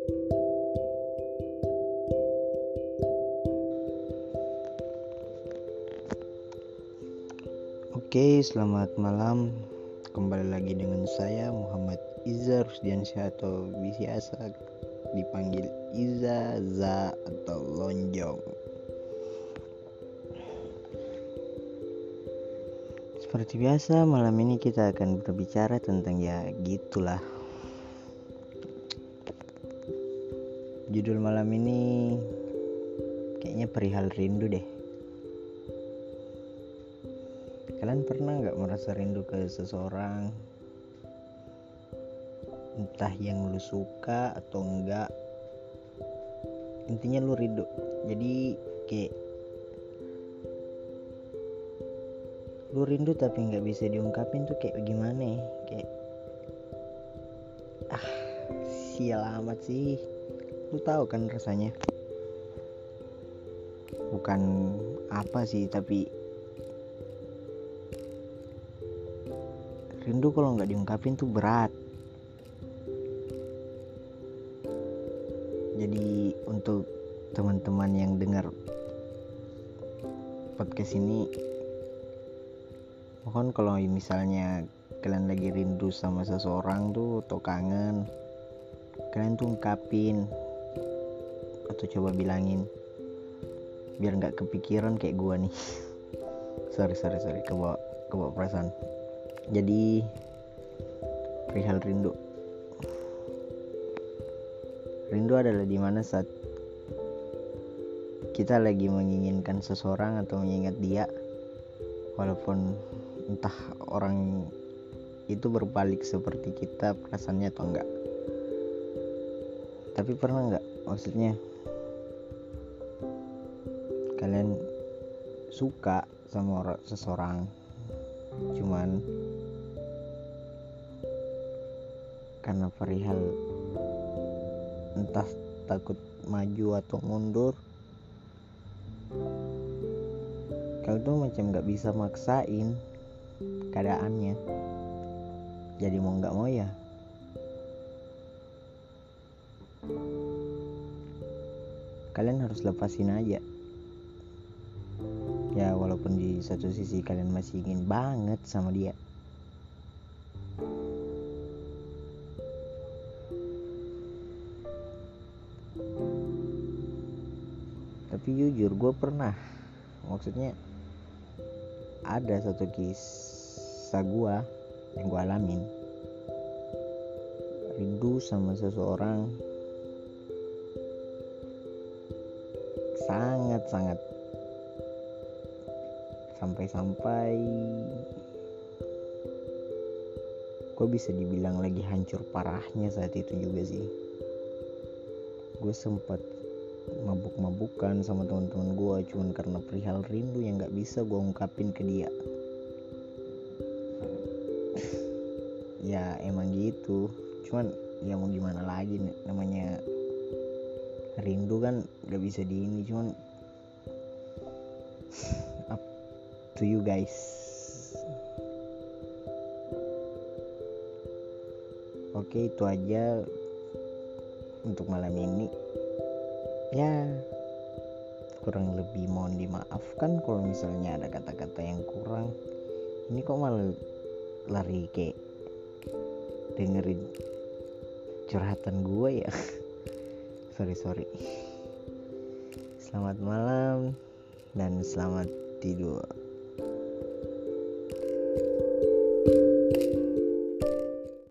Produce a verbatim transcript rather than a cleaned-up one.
Oke, selamat malam. Kembali lagi dengan saya Muhammad Iza Rusdiansyah atau biasa dipanggil Iza, Za atau Lonjong. Seperti biasa, malam ini kita akan berbicara tentang ya gitulah. Judul malam ini kayaknya perihal rindu deh. Kalian pernah gak merasa rindu ke seseorang? Entah yang lu suka atau enggak, intinya lu rindu. Jadi kayak lu rindu tapi gak bisa diungkapin tuh kayak gimana ya? Kayak ah sial amat sih. Lu tahu kan rasanya? Bukan apa sih, tapi rindu kalau nggak diungkapin tuh berat. Jadi untuk teman-teman yang dengar podcast ini, mohon kalau misalnya kalian lagi rindu sama seseorang tuh atau kangen, kalian tuh ungkapin atau coba bilangin, biar nggak kepikiran kayak gua nih. sorry sorry sorry kebawa kebawa perasaan. Jadi perihal rindu. Rindu adalah dimana saat kita lagi menginginkan seseorang atau mengingat dia, walaupun entah orang itu berbalik seperti kita perasaannya atau enggak. Tapi pernah enggak, maksudnya kalian suka sama orang, seseorang, cuman karena perihal entah takut maju atau mundur, kalian tuh macam gak bisa maksain keadaannya. Jadi mau gak mau ya kalian harus lepasin aja. Ya walaupun di satu sisi kalian masih ingin banget sama dia. Tapi jujur gue pernah, maksudnya ada satu kisah gue yang gue alamin. Rindu sama seseorang sangat-sangat, sampai-sampai gue bisa dibilang lagi hancur parahnya saat itu juga sih. Gue sempat mabuk-mabukan sama teman-teman gue cuman karena perihal rindu yang gak bisa gue ungkapin ke dia. Ya emang gitu, cuman ya mau gimana lagi nih, namanya rindu kan gak bisa di ini, cuman up to you guys. Oke, itu aja untuk malam ini. Ya kurang lebih mohon dimaafkan kalau misalnya ada kata-kata yang kurang. Ini kok malah lari kayak dengerin curhatan gue ya. sorry sorry Selamat malam dan selamat tidur.